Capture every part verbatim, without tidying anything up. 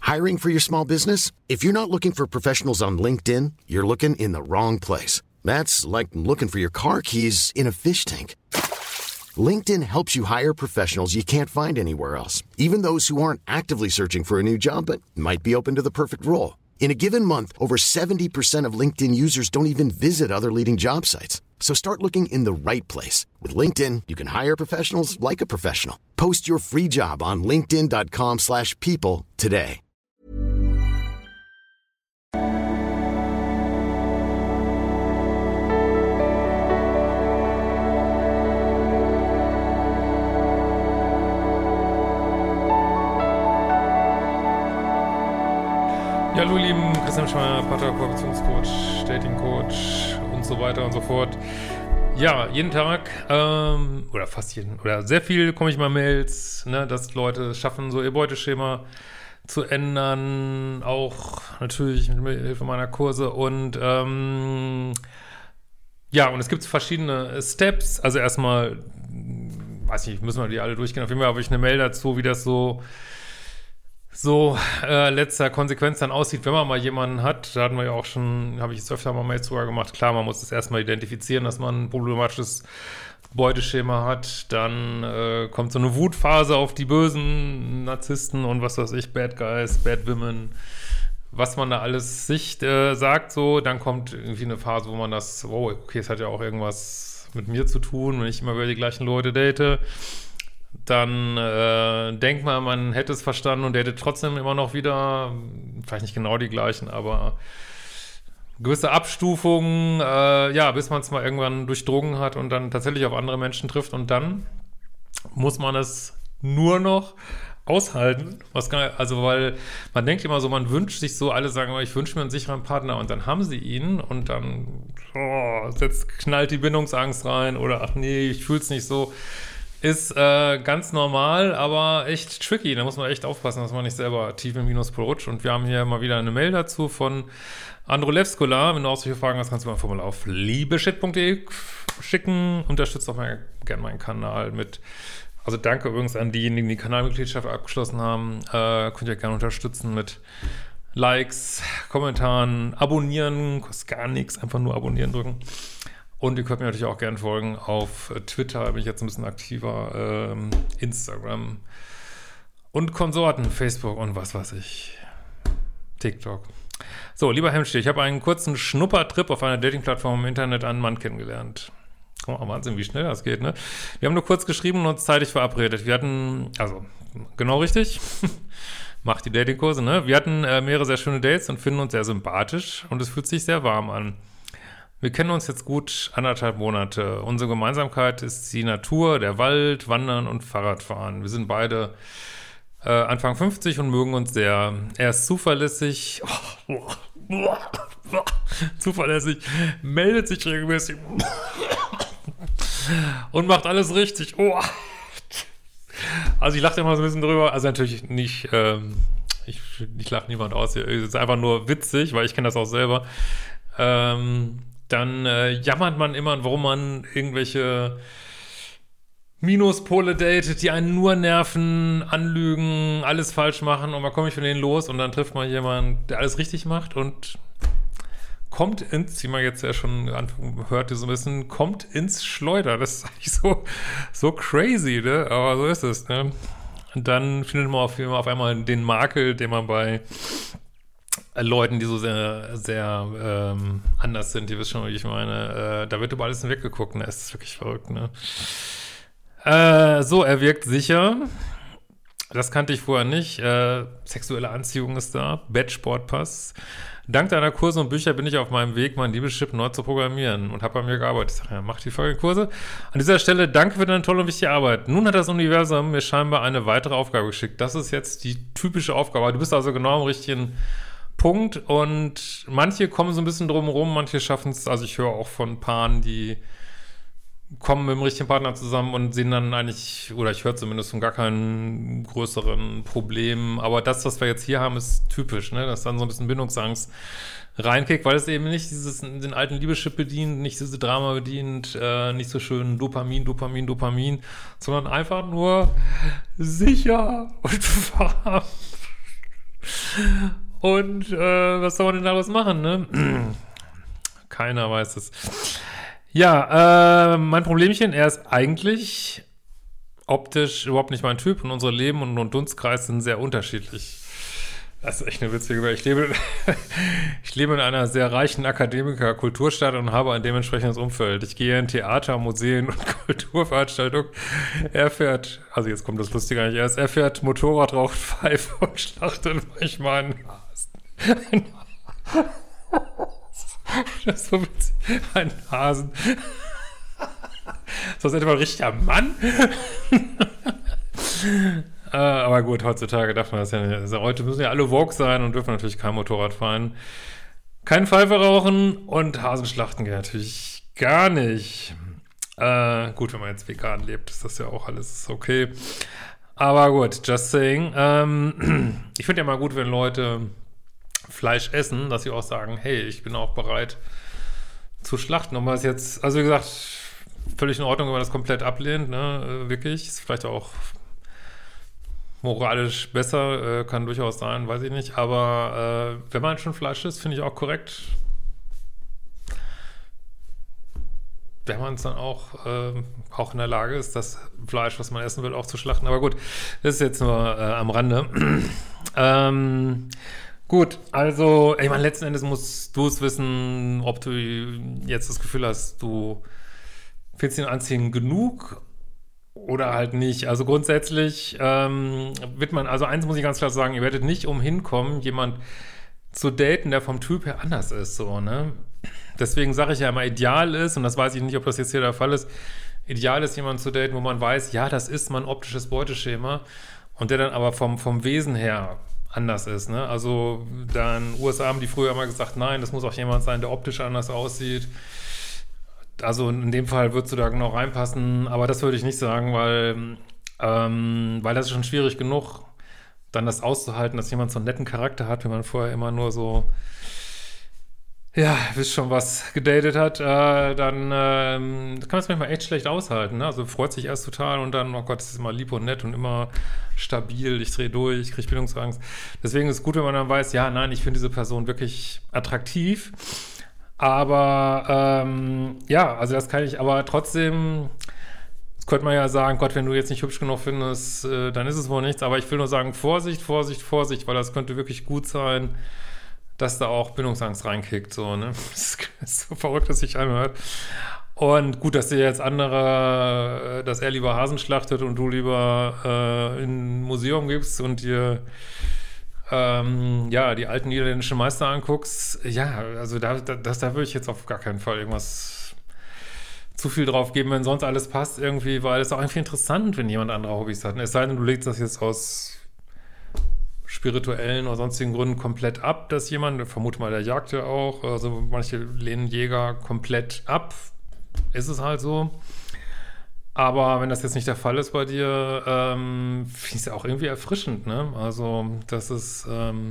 Hiring for your small business? If you're not looking for professionals on LinkedIn, you're looking in the wrong place. That's like looking for your car keys in a fish tank. LinkedIn helps you hire professionals you can't find anywhere else, even those who aren't actively searching for a new job but might be open to the perfect role. In a given month, over seventy percent of LinkedIn users don't even visit other leading job sites. So start looking in the right place. With LinkedIn, you can hire professionals like a professional. Post your free job on linkedin dot com slash people today. Ja, hallo ihr Lieben, Christian Schmeier, Paartherapeut, Beziehungscoach, Datingcoach und so weiter und so fort. Ja, jeden Tag, ähm, oder fast jeden, oder sehr viel komme ich mal Mails, ne, dass Leute es schaffen, so ihr Beuteschema zu ändern, auch natürlich mit Hilfe meiner Kurse und, ähm, ja, und es gibt verschiedene Steps, also erstmal, weiß nicht, müssen wir die alle durchgehen, auf jeden Fall habe ich eine Mail dazu, wie das so so äh, letzter Konsequenz dann aussieht, wenn man mal jemanden hat. Da hatten wir ja auch schon, habe ich jetzt öfter mal Mails drüber gemacht. Klar, man muss es erstmal identifizieren, dass man ein problematisches Beuteschema hat. Dann äh, kommt so eine Wutphase auf die bösen Narzissten und was weiß ich, Bad Guys, Bad Women, was man da alles sich äh, sagt so. Dann kommt irgendwie eine Phase, wo man das, oh, okay, es hat ja auch irgendwas mit mir zu tun, wenn ich immer wieder die gleichen Leute date. Dann äh, denkt man, man hätte es verstanden und datet trotzdem immer noch wieder, vielleicht nicht genau die gleichen, aber gewisse Abstufungen, äh, ja, bis man es mal irgendwann durchdrungen hat und dann tatsächlich auf andere Menschen trifft und dann muss man es nur noch aushalten, was kann, also weil man denkt immer so, man wünscht sich so, alle sagen, ich wünsche mir einen sicheren Partner und dann haben sie ihn und dann oh, setzt, knallt die Bindungsangst rein oder ach nee, ich fühle es nicht so. Ist äh, ganz normal, aber echt tricky. Da muss man echt aufpassen, dass man nicht selber tief im Minuspol rutscht. Und wir haben hier mal wieder eine Mail dazu von Andro Levskola. Wenn du auch solche Fragen hast, kannst du mal ein Formular auf liebeshit punkt de schicken. Unterstützt auch mal gerne meinen Kanal mit. Also danke übrigens an diejenigen, die Kanalmitgliedschaft abgeschlossen haben. Äh, könnt ihr gerne unterstützen mit Likes, Kommentaren, Abonnieren. Kostet gar nichts. Einfach nur Abonnieren drücken. Und ihr könnt mir natürlich auch gerne folgen auf Twitter, bin ich jetzt ein bisschen aktiver, ähm, Instagram und Konsorten, Facebook und was weiß ich, TikTok. So, lieber Hemsteh, ich habe einen kurzen Schnuppertrip auf einer Dating-Plattform im Internet einen Mann kennengelernt. Guck mal, Wahnsinn, wie schnell das geht, ne? Wir haben nur kurz geschrieben und uns zeitig verabredet. Wir hatten, also, genau richtig, macht die Datingkurse, ne? Wir hatten äh, mehrere sehr schöne Dates und finden uns sehr sympathisch und es fühlt sich sehr warm an. Wir kennen uns jetzt gut anderthalb Monate. Unsere Gemeinsamkeit ist die Natur, der Wald, Wandern und Fahrradfahren. Wir sind beide äh, Anfang fünfzig und mögen uns sehr. Er ist zuverlässig, oh, oh, oh, zuverlässig, meldet sich regelmäßig und macht alles richtig. Oh. Also ich lache immer so ein bisschen drüber. Also natürlich nicht, ähm, ich, ich lache niemand aus. Es ist einfach nur witzig, weil ich kenne das auch selber. Ähm, Dann äh, jammert man immer, warum man irgendwelche Minuspole datet, die einen nur nerven, anlügen, alles falsch machen und man kommt nicht von denen los und dann trifft man jemanden, der alles richtig macht und kommt ins, wie man jetzt ja schon hört, so ein bisschen, kommt ins Schleuder. Das ist eigentlich so, so crazy, ne? Aber so ist es, ne? Und dann findet man auf, auf einmal den Makel, den man bei Leuten, die so sehr, sehr ähm, anders sind, die wissen schon, wie ich meine, äh, da wird über alles hinweggeguckt, ne? Es ist wirklich verrückt, ne? Äh, so, er wirkt sicher. Das kannte ich vorher nicht. Äh, sexuelle Anziehung ist da. Bettsport-Pass. Dank deiner Kurse und Bücher bin ich auf meinem Weg, mein Liebeschip neu zu programmieren und habe bei mir gearbeitet. Ich sage, ja, mach die folgenden Kurse. An dieser Stelle danke für deine tolle und wichtige Arbeit. Nun hat das Universum mir scheinbar eine weitere Aufgabe geschickt. Das ist jetzt die typische Aufgabe. Du bist also genau am richtigen Punkt und manche kommen so ein bisschen drum rum, manche schaffen es, also ich höre auch von Paaren, die kommen mit dem richtigen Partner zusammen und sehen dann eigentlich, oder ich höre zumindest von gar keinen größeren Problemen, aber das, was wir jetzt hier haben, ist typisch, ne, dass dann so ein bisschen Bindungsangst reinkickt, weil es eben nicht dieses, den alten Liebeschip bedient, nicht diese Drama bedient, äh, nicht so schön Dopamin, Dopamin, Dopamin, sondern einfach nur sicher und warm. Und äh, was soll man denn daraus machen, ne? Keiner weiß es. Ja, äh, mein Problemchen, er ist eigentlich optisch überhaupt nicht mein Typ und unsere Leben und, und Dunstkreis sind sehr unterschiedlich. Das ist echt eine witzige Welt. Ich lebe, ich lebe in einer sehr reichen Akademiker-Kulturstadt und habe ein dementsprechendes Umfeld. Ich gehe in Theater, Museen und Kulturveranstaltungen. Er fährt, also jetzt kommt das Lustige eigentlich erst, er fährt Motorrad, raucht Pfeife und schlachtet manchmal einen Hasen. Das ist so witzig. Ein Hasen. So ist etwa ein richtiger Mann. äh, aber gut, heutzutage darf man das ja nicht. Also heute müssen ja alle woke sein und dürfen natürlich kein Motorrad fahren. Kein Pfeife rauchen und Hasenschlachten geht natürlich gar nicht. Äh, gut, wenn man jetzt vegan lebt, ist das ja auch alles okay. Aber gut, just saying. Ähm, ich finde ja mal gut, wenn Leute Fleisch essen, dass sie auch sagen, hey, ich bin auch bereit zu schlachten. Und was jetzt, also wie gesagt, völlig in Ordnung, wenn man das komplett ablehnt, ne, wirklich. Ist vielleicht auch moralisch besser, äh, kann durchaus sein, weiß ich nicht. Aber äh, wenn man schon Fleisch isst, finde ich auch korrekt. Wenn man es dann auch, äh, auch in der Lage ist, das Fleisch, was man essen will, auch zu schlachten. Aber gut, das ist jetzt nur äh, am Rande. ähm, gut, also, ich meine, letzten Endes musst du es wissen, ob du jetzt das Gefühl hast, du findest ihn anziehend genug oder halt nicht. Also grundsätzlich ähm, wird man, also eins muss ich ganz klar sagen, ihr werdet nicht umhin kommen, jemand zu daten, der vom Typ her anders ist, so, ne? Deswegen sage ich ja immer, ideal ist, und das weiß ich nicht, ob das jetzt hier der Fall ist, ideal ist, jemanden zu daten, wo man weiß, ja, das ist mein optisches Beuteschema und der dann aber vom, vom Wesen her anders ist, ne? Also da in den U S A haben die früher immer gesagt, nein, das muss auch jemand sein, der optisch anders aussieht. Also in dem Fall würdest du da genau reinpassen, aber das würde ich nicht sagen, weil, ähm, weil das ist schon schwierig genug, dann das auszuhalten, dass jemand so einen netten Charakter hat, wenn man vorher immer nur so, ja, wisst schon, was gedatet hat, äh, dann ähm, kann man es manchmal echt schlecht aushalten, ne? Also freut sich erst total und dann, oh Gott, es ist immer lieb und nett und immer stabil, ich drehe durch, ich kriege Bindungsangst. Deswegen ist es gut, wenn man dann weiß, ja, nein, ich finde diese Person wirklich attraktiv. Aber, ähm, ja, also das kann ich, aber trotzdem, das könnte man ja sagen, Gott, wenn du jetzt nicht hübsch genug findest, äh, dann ist es wohl nichts. Aber ich will nur sagen, Vorsicht, Vorsicht, Vorsicht, weil das könnte wirklich gut sein, dass da auch Bindungsangst reinkickt, so, ne? Das ist so verrückt, dass sich anhört. Und gut, dass dir jetzt andere, dass er lieber Hasen schlachtet und du lieber äh, in ein Museum gibst und dir Ähm, ja, die alten niederländischen Meister anguckst, ja, also da, da, das, da würde ich jetzt auf gar keinen Fall irgendwas zu viel drauf geben, wenn sonst alles passt irgendwie, weil es ist auch irgendwie interessant, wenn jemand andere Hobbys hat. Es sei denn, du legst das jetzt aus spirituellen oder sonstigen Gründen komplett ab, dass jemand, ich vermute mal, der jagt ja auch, also manche lehnen Jäger komplett ab, ist es halt so. Aber wenn das jetzt nicht der Fall ist bei dir, ähm, finde ich es ja auch irgendwie erfrischend, ne? Also, das ist, ähm,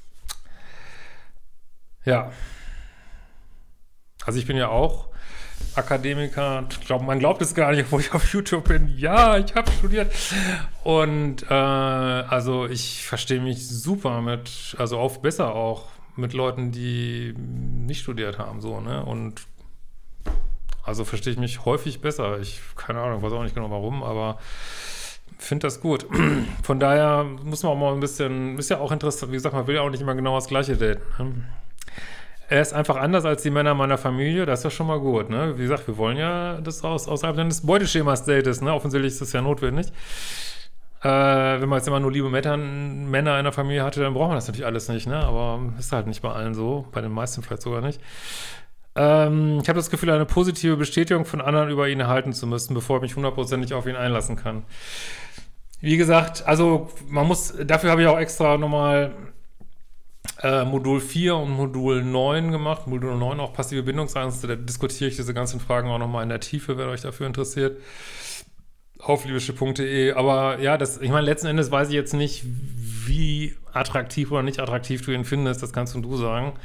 ja. Also, ich bin ja auch Akademiker. Ich glaube, man glaubt es gar nicht, obwohl ich auf YouTube bin. Ja, ich habe studiert. Und, äh, also, ich verstehe mich super mit, also oft besser auch mit Leuten, die nicht studiert haben, so, ne? Und also verstehe ich mich häufig besser. Ich, keine Ahnung, weiß auch nicht genau warum, aber finde das gut. Von daher muss man auch mal ein bisschen, ist ja auch interessant, wie gesagt, man will ja auch nicht immer genau das Gleiche daten. Ne? Er ist einfach anders als die Männer meiner Familie, das ist ja schon mal gut. Ne? Wie gesagt, wir wollen ja das aus, außerhalb des Beuteschemas dates, ne? Offensichtlich ist das ja notwendig. Äh, wenn man jetzt immer nur liebe Männer, Männer in der Familie hatte, dann braucht man das natürlich alles nicht, ne? Aber ist halt nicht bei allen so, bei den meisten vielleicht sogar nicht. Ähm, ich habe das Gefühl, eine positive Bestätigung von anderen über ihn erhalten zu müssen, bevor ich mich hundertprozentig auf ihn einlassen kann. Wie gesagt, also man muss, dafür habe ich auch extra nochmal äh, Modul vier und Modul neun gemacht. Modul neun auch passive Bindungsangst, da diskutiere ich diese ganzen Fragen auch nochmal in der Tiefe, wenn euch dafür interessiert. Auf liebeschiff punkt de. Aber ja, das, ich meine, letzten Endes weiß ich jetzt nicht, wie attraktiv oder nicht attraktiv du ihn findest, das kannst nur du sagen.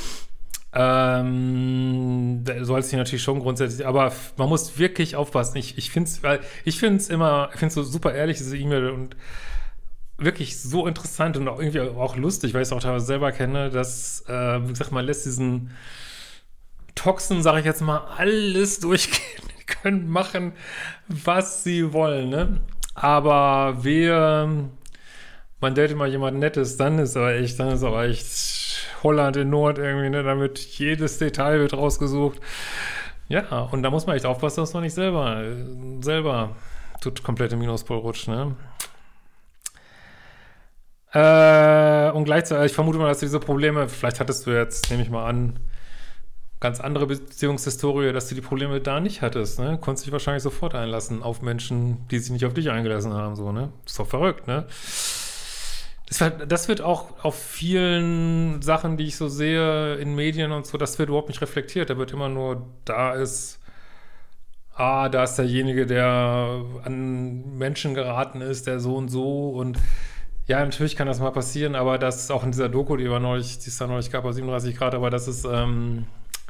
Ähm, da sollst du natürlich schon grundsätzlich, aber man muss wirklich aufpassen. Ich, ich finde es, weil ich finde es immer, ich finde es so super ehrlich, diese E-Mail und wirklich so interessant und auch irgendwie auch lustig, weil ich es auch teilweise selber kenne, dass, äh, wie gesagt, man lässt diesen Toxen, sage ich jetzt mal, alles durchgehen. Die können machen, was sie wollen, ne? Aber wir, man datet mal jemand Nettes, dann ist aber echt, dann ist aber echt Holland in Nord irgendwie, ne? Da wird jedes Detail wird rausgesucht. Ja, und da muss man echt aufpassen, dass man nicht selber, selber tut komplette Minuspol rutscht, ne? Äh, und gleichzeitig, ich vermute mal, dass du diese Probleme, vielleicht hattest du jetzt, nehme ich mal an, ganz andere Beziehungshistorie, dass du die Probleme da nicht hattest, ne? Konntest dich wahrscheinlich sofort einlassen auf Menschen, die sich nicht auf dich eingelassen haben, so, ne? Ist doch verrückt, ne? Das wird, das wird auch auf vielen Sachen, die ich so sehe in Medien und so, das wird überhaupt nicht reflektiert. Da wird immer nur, da ist, ah, da ist derjenige, der an Menschen geraten ist, der so und so und ja, natürlich kann das mal passieren, aber das ist auch in dieser Doku, die war neulich, die es da neulich gab, bei siebenunddreißig Grad, aber das ist, ähm,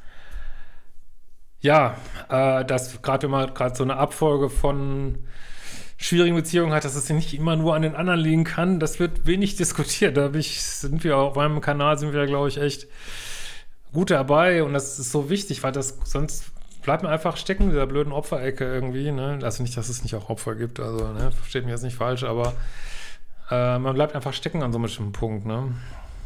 ja, äh, dass gerade wenn man gerade so eine Abfolge von schwierigen Beziehungen hat, dass es nicht immer nur an den anderen liegen kann, das wird wenig diskutiert. Da bin ich, sind wir auf meinem Kanal, sind wir, glaube ich, echt gut dabei und das ist so wichtig, weil das sonst bleibt man einfach stecken in dieser blöden Opferecke irgendwie, ne? Also nicht, dass es nicht auch Opfer gibt, also, ne? Versteht mich jetzt nicht falsch, aber äh, man bleibt einfach stecken an so einem bestimmten Punkt, ne?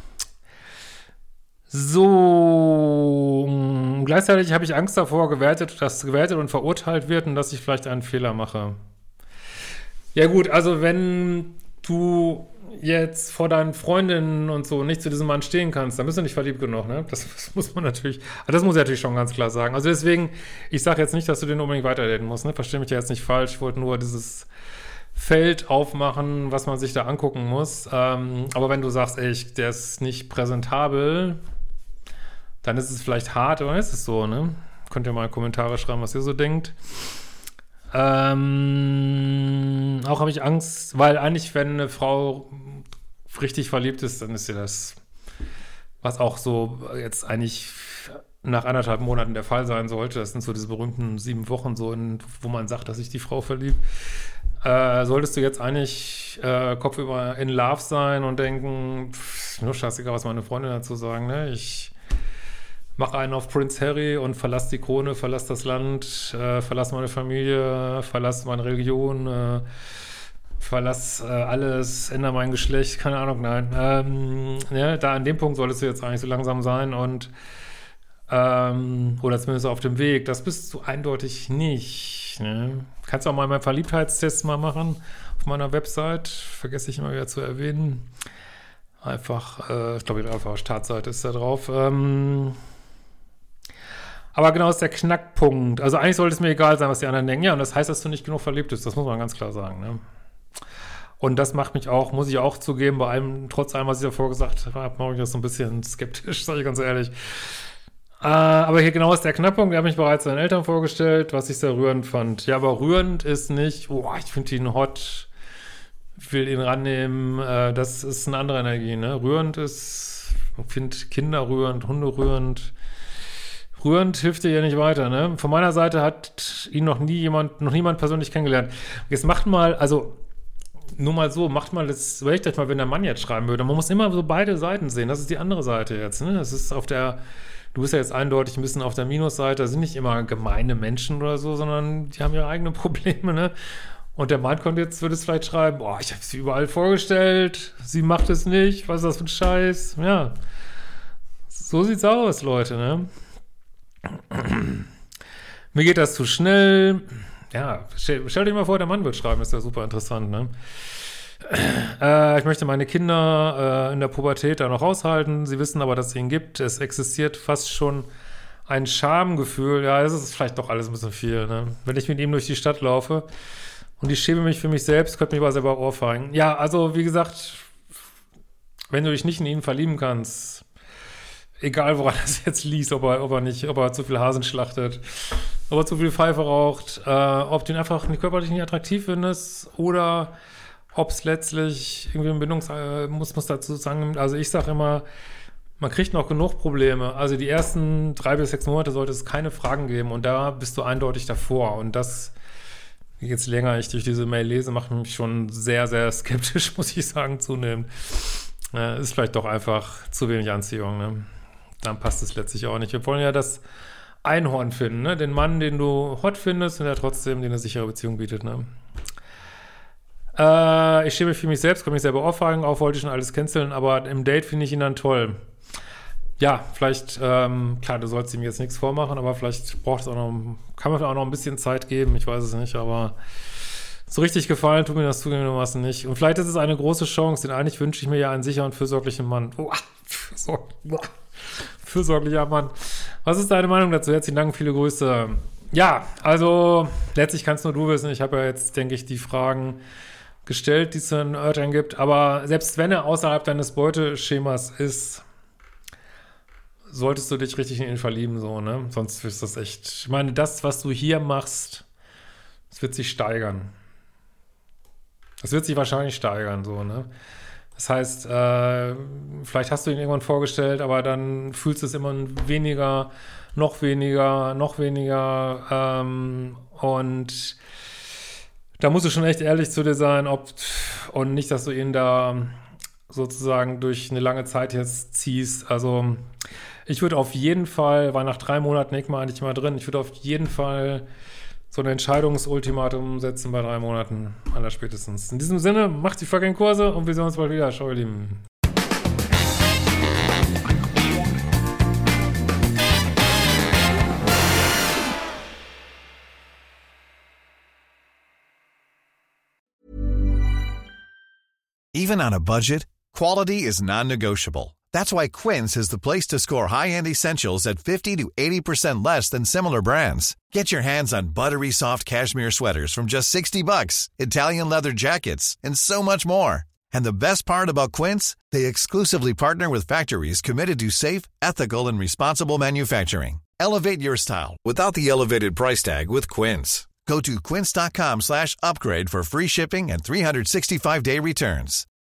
So, gleichzeitig habe ich Angst davor, gewertet, dass gewertet und verurteilt wird und dass ich vielleicht einen Fehler mache. Ja gut, also wenn du jetzt vor deinen Freundinnen und so nicht zu diesem Mann stehen kannst, dann bist du nicht verliebt genug, ne? Das, das muss man natürlich, das muss ich natürlich schon ganz klar sagen. Also deswegen, ich sage jetzt nicht, dass du den unbedingt weiterdaten musst, ne? Versteh mich ja jetzt nicht falsch, ich wollte nur dieses Feld aufmachen, was man sich da angucken muss. Ähm, aber wenn du sagst, ey, ich, der ist nicht präsentabel, dann ist es vielleicht hart, oder ist es so, ne? Könnt ihr mal Kommentare schreiben, was ihr so denkt. Ähm, auch habe ich Angst, weil eigentlich, wenn eine Frau richtig verliebt ist, dann ist ja das, was auch so jetzt eigentlich nach anderthalb Monaten der Fall sein sollte. Das sind so diese berühmten sieben Wochen, so in, wo man sagt, dass sich die Frau verliebt. Äh, solltest du jetzt eigentlich äh, kopfüber in Love sein und denken, pff, nur scheißegal, was meine Freundin dazu sagen, ne? Ich mache einen auf Prince Harry und verlass die Krone, verlass das Land, äh, verlass meine Familie, verlass meine Religion, äh, verlass äh, alles, ändere mein Geschlecht, keine Ahnung, nein. Ähm, ja, da an dem Punkt solltest du jetzt eigentlich so langsam sein und ähm, oder zumindest auf dem Weg. Das bist du eindeutig nicht. Ne? Kannst auch mal meinen Verliebtheitstest mal machen auf meiner Website, vergesse ich immer wieder zu erwähnen. Einfach, äh, ich glaube, die einfache Startseite ist da drauf. Ähm, Aber genau ist der Knackpunkt. Also eigentlich sollte es mir egal sein, was die anderen denken. Ja, und das heißt, dass du nicht genug verliebt bist. Das muss man ganz klar sagen. Ne? Und das macht mich auch, muss ich auch zugeben, bei allem, trotz allem, was ich davor gesagt habe, mache ich das so ein bisschen skeptisch, sage ich ganz ehrlich. Äh, aber hier genau ist der Knackpunkt. Er hat mich bereits seinen Eltern vorgestellt, was ich sehr rührend fand. Ja, aber rührend ist nicht, oh, ich finde ihn hot, will ihn rannehmen. Äh, das ist eine andere Energie. Ne? Rührend ist, ich finde Kinder rührend, Hunde rührend. Rührend hilft dir ja nicht weiter, ne? Von meiner Seite hat ihn noch nie jemand, noch niemand persönlich kennengelernt. Jetzt macht mal, also nur mal so, macht mal das, überlegt euch mal, wenn der Mann jetzt schreiben würde. Man muss immer so beide Seiten sehen. Das ist die andere Seite jetzt, ne? Das ist auf der, du bist ja jetzt eindeutig ein bisschen auf der Minusseite. Das sind nicht immer gemeine Menschen oder so, sondern die haben ihre eigenen Probleme, ne? Und der Mann könnte jetzt, würde es vielleicht schreiben, boah, ich habe sie überall vorgestellt, sie macht es nicht, was ist das für ein Scheiß? Ja, so sieht's aus, Leute, ne? Mir geht das zu schnell. Ja, stell, stell dir mal vor, der Mann wird schreiben, ist ja super interessant, ne? Äh, ich möchte meine Kinder äh, in der Pubertät da noch aushalten. Sie wissen aber, dass es ihn gibt. Es existiert fast schon ein Schamgefühl. Ja, das ist vielleicht doch alles ein bisschen viel, ne? Wenn ich mit ihm durch die Stadt laufe und ich schäme mich für mich selbst, könnte mich aber selber ohrfeigen. Ja, also wie gesagt, wenn du dich nicht in ihn verlieben kannst, egal woran das jetzt liegt, ob er, ob er nicht, ob er zu viel Hasen schlachtet, ob er zu viel Pfeife raucht, äh, ob du ihn einfach nicht körperlich nicht attraktiv findest oder ob es letztlich irgendwie ein Bindungs, äh, muss, muss dazu sagen, also ich sage immer, man kriegt noch genug Probleme. Also die ersten drei bis sechs Monate sollte es keine Fragen geben und da bist du eindeutig davor und das Jetzt länger ich durch diese Mail lese, macht mich schon sehr, sehr skeptisch, muss ich sagen, zunehmend. Äh, ist vielleicht doch einfach zu wenig Anziehung, ne? Dann passt es letztlich auch nicht. Wir wollen ja das Einhorn finden, ne? Den Mann, den du hot findest und der trotzdem dir eine sichere Beziehung bietet, ne? Äh, ich stehe mich für mich selbst, kann mich selber auffangen, auch wollte ich schon alles canceln, aber im Date finde ich ihn dann toll. Ja, vielleicht, ähm, klar, du sollst ihm jetzt nichts vormachen, aber vielleicht braucht es auch noch, kann man auch noch ein bisschen Zeit geben, ich weiß es nicht, aber so richtig gefallen tut mir das zugegebenermaßen nicht. Und vielleicht ist es eine große Chance, denn eigentlich wünsche ich mir ja einen sicheren, fürsorglichen Mann. Oh, fürsorg fürsorglicher Mann. Was ist deine Meinung dazu? Herzlichen Dank, viele Grüße. Ja, also letztlich kannst nur du wissen. Ich habe ja jetzt, denke ich, die Fragen gestellt, die es in Örtern gibt. Aber selbst wenn er außerhalb deines Beuteschemas ist, solltest du dich richtig in ihn verlieben, so, ne? Sonst ist das echt, ich meine, das, was du hier machst, das wird sich steigern. Das wird sich wahrscheinlich steigern, so, ne? Das heißt, äh, vielleicht hast du ihn irgendwann vorgestellt, aber dann fühlst du es immer weniger, noch weniger, noch weniger, ähm, und da musst du schon echt ehrlich zu dir sein, ob, und nicht, dass du ihn da sozusagen durch eine lange Zeit jetzt ziehst. Also, ich würde auf jeden Fall, war nach drei Monaten nicht mal eigentlich mal drin, ich würde auf jeden Fall so ein Entscheidungsultimatum setzen bei drei Monaten, aller spätestens. In diesem Sinne, macht die fucking Kurse und wir sehen uns bald wieder. Ciao, ihr Lieben. Even on a budget, quality is non-negotiable. That's why Quince is the place to score high-end essentials at fifty to eighty percent less than similar brands. Get your hands on buttery soft cashmere sweaters from just sixty bucks, Italian leather jackets, and so much more. And the best part about Quince, they exclusively partner with factories committed to safe, ethical, and responsible manufacturing. Elevate your style without the elevated price tag with Quince. Go to quince.com slash upgrade for free shipping and three sixty-five day returns.